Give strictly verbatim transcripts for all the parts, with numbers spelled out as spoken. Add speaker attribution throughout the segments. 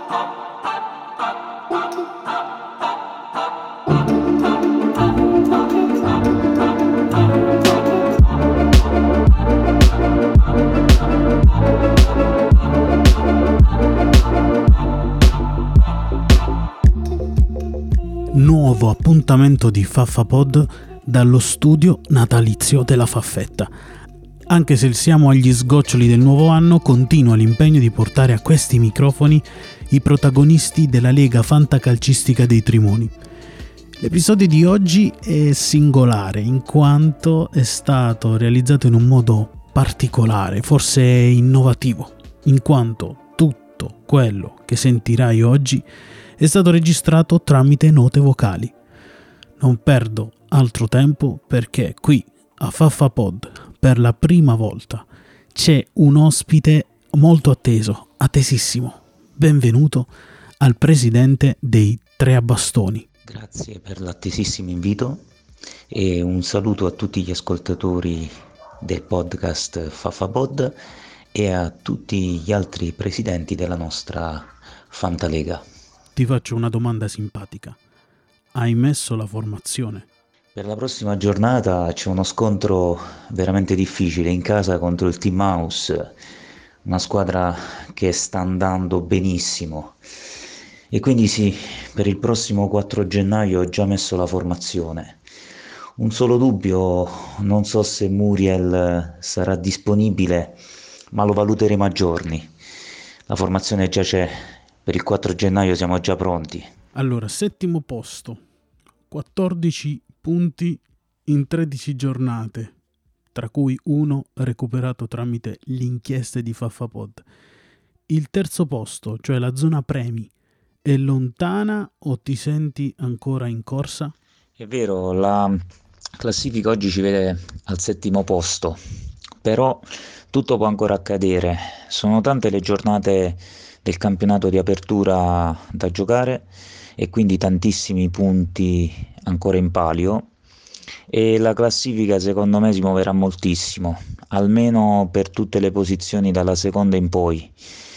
Speaker 1: Nuovo appuntamento di FaffaPod dallo studio natalizio della Faffetta. Anche se siamo agli sgoccioli del nuovo anno, continua l'impegno di portare a questi microfoni i protagonisti della Lega Fantacalcistica dei Trimoni. L'episodio di oggi è singolare in quanto è stato realizzato in un modo particolare, forse innovativo, in quanto tutto quello che sentirai oggi è stato registrato tramite note vocali. Non perdo altro tempo perché qui a FaffaPod per la prima volta c'è un ospite molto atteso, attesissimo. Benvenuto al presidente dei Tre a Bastoni.
Speaker 2: Grazie per l'attesissimo invito e un saluto a tutti gli ascoltatori del podcast FaffaPod e a tutti gli altri presidenti della nostra Fantalega.
Speaker 1: Ti faccio una domanda simpatica. Hai messo la formazione?
Speaker 2: Per la prossima giornata c'è uno scontro veramente difficile in casa contro il Team House, una squadra che sta andando benissimo. E quindi sì, per il prossimo quattro gennaio ho già messo la formazione. Un solo dubbio, non so se Muriel sarà disponibile, ma lo valuteremo a giorni. La formazione già c'è, per il quattro gennaio siamo già pronti.
Speaker 1: Allora, settimo posto, quattordici punti in tredici giornate, tra cui uno recuperato tramite le inchieste di FaffaPod. Il terzo posto, cioè la zona premi, è lontana o ti senti ancora in corsa?
Speaker 2: È vero, la classifica oggi ci vede al settimo posto, però tutto può ancora accadere. Sono tante le giornate del campionato di apertura da giocare e quindi tantissimi punti ancora in palio e la classifica secondo me si muoverà moltissimo, almeno per tutte le posizioni dalla seconda in poi.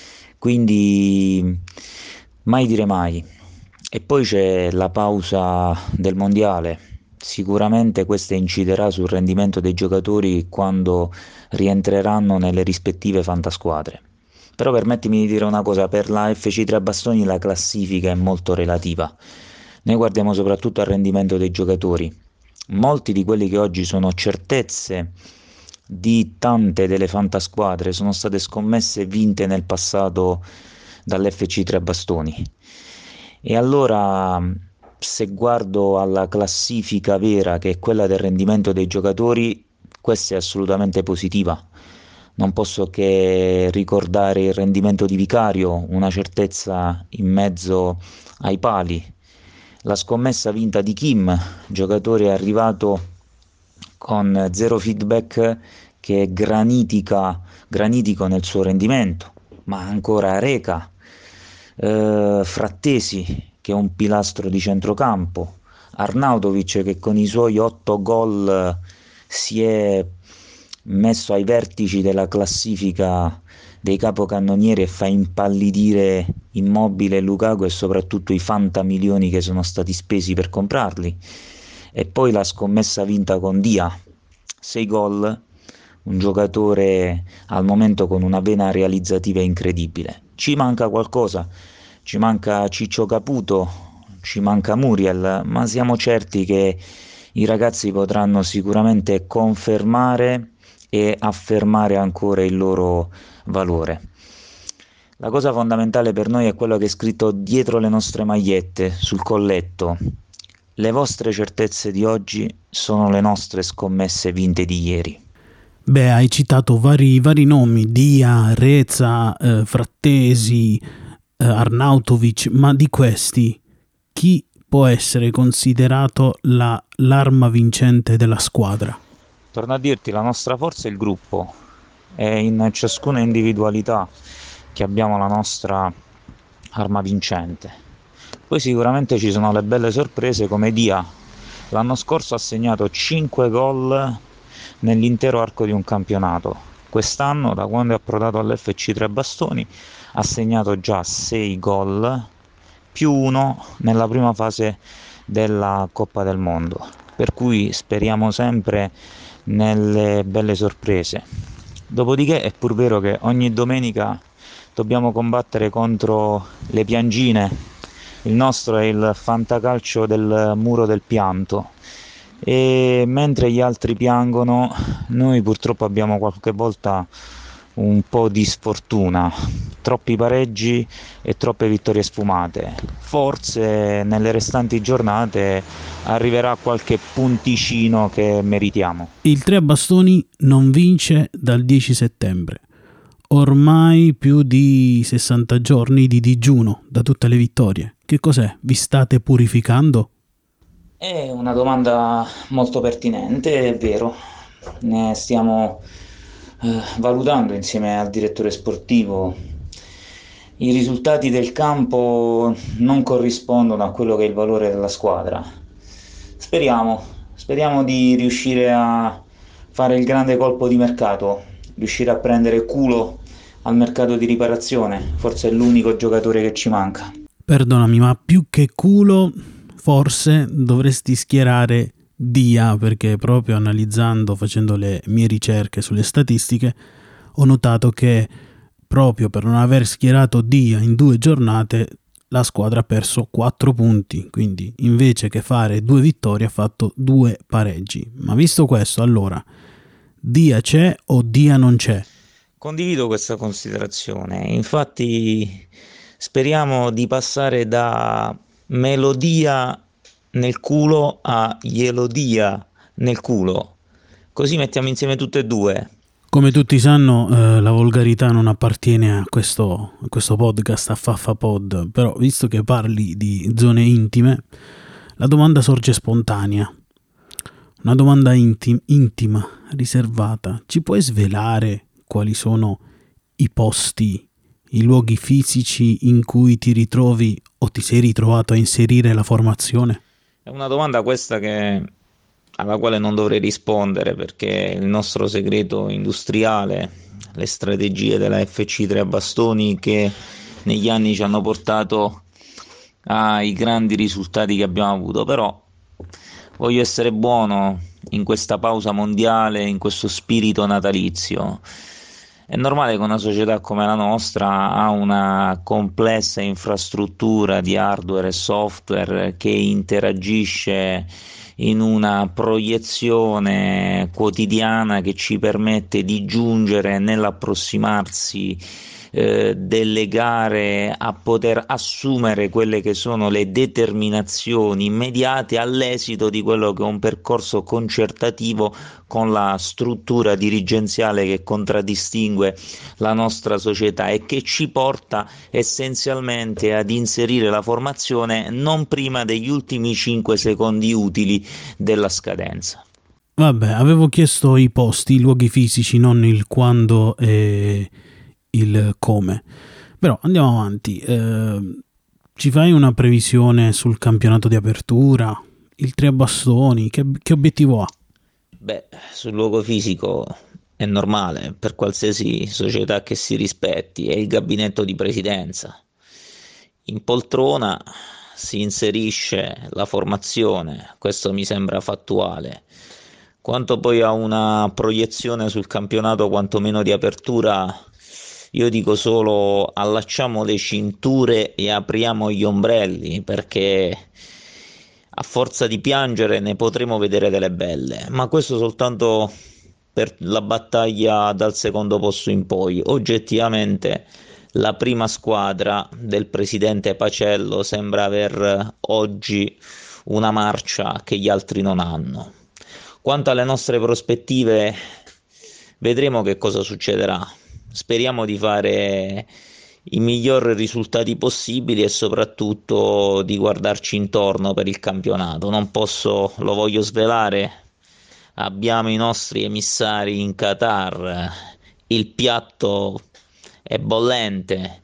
Speaker 2: Quindi mai dire mai. E poi c'è la pausa del mondiale, sicuramente questa inciderà sul rendimento dei giocatori quando rientreranno nelle rispettive fantasquadre. Però permettimi di dire una cosa, per la F C Tre a Bastoni la classifica è molto relativa. Noi guardiamo soprattutto al rendimento dei giocatori. Molti di quelli che oggi sono certezze di tante delle fantasquadre sono state scommesse e vinte nel passato dall'F C Tre a Bastoni. E allora, se guardo alla classifica vera, che è quella del rendimento dei giocatori, questa è assolutamente positiva. Non posso che ricordare il rendimento di Vicario, una certezza in mezzo ai pali. La scommessa vinta di Kim, giocatore arrivato con zero feedback, che è granitica, granitico nel suo rendimento, ma ancora Reca, eh, Frattesi che è un pilastro di centrocampo, Arnautovic che con i suoi otto gol si è messo ai vertici della classifica dei capocannonieri e fa impallidire Immobile e Lukaku e soprattutto i fantamilioni che sono stati spesi per comprarli. E poi la scommessa vinta con Dia, sei gol, un giocatore al momento con una vena realizzativa incredibile. Ci manca qualcosa, ci manca Ciccio Caputo, ci manca Muriel, ma siamo certi che i ragazzi potranno sicuramente confermare e affermare ancora il loro valore. La cosa fondamentale per noi è quello che è scritto dietro le nostre magliette, sul colletto. Le vostre certezze di oggi sono le nostre scommesse vinte di ieri.
Speaker 1: Beh, hai citato vari, vari nomi, Dia, Reza, eh, Frattesi, eh, Arnautovic, ma di questi chi può essere considerato la, l'arma vincente della squadra?
Speaker 2: Torno a dirti, la nostra forza è il gruppo, è in ciascuna individualità che abbiamo la nostra arma vincente. Poi sicuramente ci sono le belle sorprese come Dia. L'anno scorso ha segnato cinque gol nell'intero arco di un campionato. quest'anno, da quando è approdato all'F C Tre Bastoni, ha segnato già sei gol, più uno nella prima fase della Coppa del Mondo, per cui speriamo sempre nelle belle sorprese. Dopodiché è pur vero che ogni domenica dobbiamo combattere contro le piangine. Il nostro è il fantacalcio del muro del pianto, e mentre gli altri piangono, noi purtroppo abbiamo qualche volta un po' di sfortuna, troppi pareggi e troppe vittorie sfumate. Forse nelle restanti giornate arriverà qualche punticino che meritiamo.
Speaker 1: Il Tre Bastoni non vince dal dieci settembre. Ormai più di sessanta giorni di digiuno da tutte le vittorie. Che cos'è? Vi state purificando?
Speaker 2: È una domanda molto pertinente, è vero. Ne stiamo eh, valutando insieme al direttore sportivo. I risultati del campo non corrispondono a quello che è il valore della squadra. Speriamo, speriamo di riuscire a fare il grande colpo di mercato, riuscire a prendere culo al mercato di riparazione. Forse è l'unico giocatore che ci manca.
Speaker 1: Perdonami, ma più che culo, forse dovresti schierare Dia, perché proprio analizzando, facendo le mie ricerche sulle statistiche, ho notato che proprio per non aver schierato Dia in due giornate la squadra ha perso quattro punti, quindi invece che fare due vittorie ha fatto due pareggi. Ma visto questo, allora, Dia c'è o Dia non c'è?
Speaker 2: Condivido questa considerazione, infatti speriamo di passare da melodia nel culo a ielodia nel culo, così mettiamo insieme tutte e due.
Speaker 1: Come tutti sanno, eh, la volgarità non appartiene a questo, a questo podcast, a Faffa Pod, però visto che parli di zone intime, la domanda sorge spontanea. Una domanda intim- intima, riservata. Ci puoi svelare quali sono i posti, i luoghi fisici in cui ti ritrovi o ti sei ritrovato a inserire la formazione?
Speaker 2: È una domanda questa che alla quale non dovrei rispondere, perché il nostro segreto industriale, le strategie della F C Tre Bastoni che negli anni ci hanno portato ai grandi risultati che abbiamo avuto. Però voglio essere buono in questa pausa mondiale, in questo spirito natalizio. È normale che una società come la nostra ha una complessa infrastruttura di hardware e software che interagisce in una proiezione quotidiana che ci permette di giungere nell'approssimarsi eh, delle gare a poter assumere quelle che sono le determinazioni immediate all'esito di quello che è un percorso concertativo con la struttura dirigenziale che contraddistingue la nostra società e che ci porta essenzialmente ad inserire la formazione non prima degli ultimi cinque secondi utili della scadenza.
Speaker 1: Vabbè, avevo chiesto i posti, i luoghi fisici, non il quando e il come. Però andiamo avanti. Eh, ci fai una previsione sul campionato di apertura? Il Tre Bastoni, che, che obiettivo ha?
Speaker 2: Beh, sul luogo fisico è normale per qualsiasi società che si rispetti, è il gabinetto di presidenza. In poltrona si inserisce la formazione, questo mi sembra fattuale. Quanto poi a una proiezione sul campionato quantomeno di apertura, io dico solo allacciamo le cinture e apriamo gli ombrelli, perché a forza di piangere ne potremo vedere delle belle, ma questo soltanto per la battaglia dal secondo posto in poi. Oggettivamente la prima squadra del presidente Pacello sembra aver oggi una marcia che gli altri non hanno. Quanto alle nostre prospettive, vedremo che cosa succederà. Speriamo di fare i migliori risultati possibili e soprattutto di guardarci intorno per il campionato. Non posso, lo voglio svelare, abbiamo i nostri emissari in Qatar, il piatto è bollente,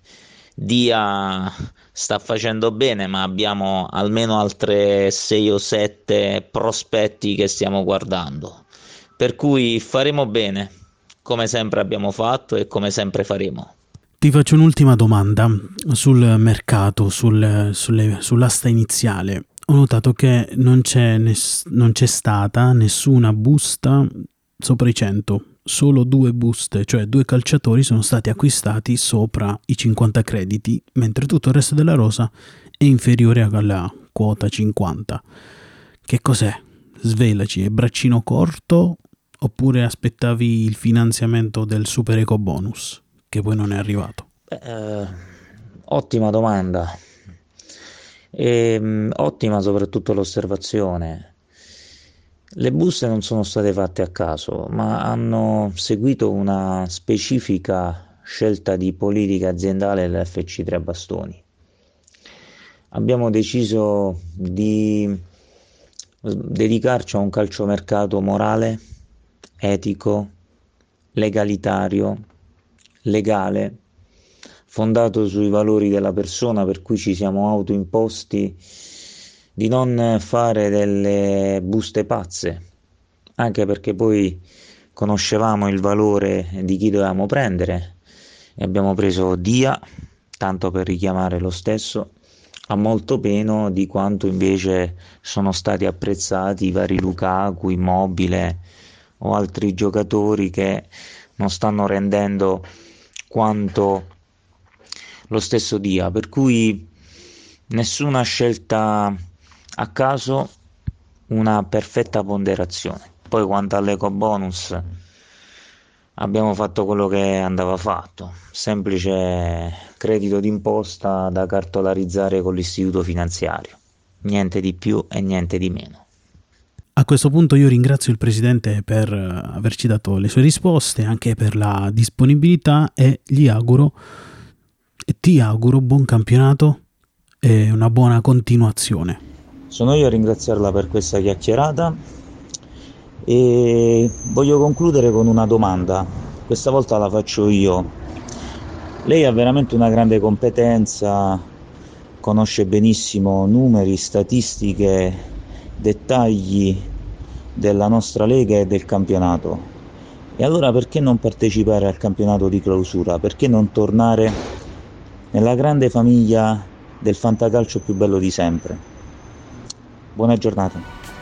Speaker 2: Dia sta facendo bene, ma abbiamo almeno altre sei o sette prospetti che stiamo guardando, per cui faremo bene. come sempre abbiamo fatto e come sempre faremo.
Speaker 1: Ti faccio un'ultima domanda sul mercato, sul, sulle, sull'asta iniziale. Ho notato che non c'è, ness- non c'è stata nessuna busta sopra i cento, solo due buste, cioè due calciatori sono stati acquistati sopra i cinquanta crediti, mentre tutto il resto della rosa è inferiore alla quota cinquanta. Che cos'è? Svelaci, è braccino corto oppure aspettavi il finanziamento del super eco bonus che poi non è arrivato?
Speaker 2: Eh, ottima domanda. E, mh, ottima soprattutto l'osservazione. Le buste non sono state fatte a caso, ma hanno seguito una specifica scelta di politica aziendale dell'F C Trebastoni. Abbiamo deciso di dedicarci a un calciomercato morale, etico, legalitario, legale, fondato sui valori della persona, per cui ci siamo autoimposti di non fare delle buste pazze, anche perché poi conoscevamo il valore di chi dovevamo prendere e abbiamo preso Dia, tanto per richiamare lo stesso, a molto meno di quanto invece sono stati apprezzati i vari Lukaku, Immobile o altri giocatori che non stanno rendendo quanto lo stesso Dia, per cui nessuna scelta a caso, una perfetta ponderazione. Poi quanto all'eco bonus abbiamo fatto quello che andava fatto, semplice credito d'imposta da cartolarizzare con l'istituto finanziario, niente di più e niente di meno.
Speaker 1: A questo punto io ringrazio il Presidente per averci dato le sue risposte, anche per la disponibilità, e gli auguro e ti auguro buon campionato e una buona continuazione.
Speaker 2: Sono io a ringraziarla per questa chiacchierata e voglio concludere con una domanda, questa volta la faccio io. Lei ha veramente una grande competenza, conosce benissimo numeri, statistiche, dettagli della nostra Lega e del campionato. E allora perché non partecipare al campionato di clausura? Perché non tornare nella grande famiglia del fantacalcio più bello di sempre? Buona giornata.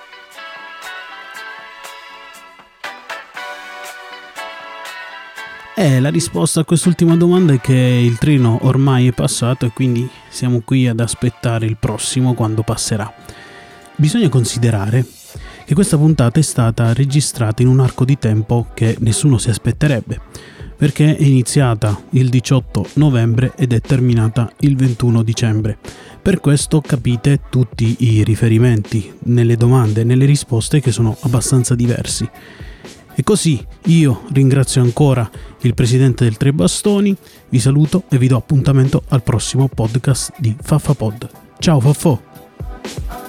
Speaker 1: Eh, la risposta a quest'ultima domanda è che il treno ormai è passato e quindi siamo qui ad aspettare il prossimo quando passerà. Bisogna considerare che questa puntata è stata registrata in un arco di tempo che nessuno si aspetterebbe, perché è iniziata il diciotto novembre ed è terminata il ventuno dicembre. Per questo capite tutti i riferimenti nelle domande e nelle risposte che sono abbastanza diversi. E così io ringrazio ancora il Presidente del Trebastoni, vi saluto e vi do appuntamento al prossimo podcast di FaffaPod. Ciao Faffò!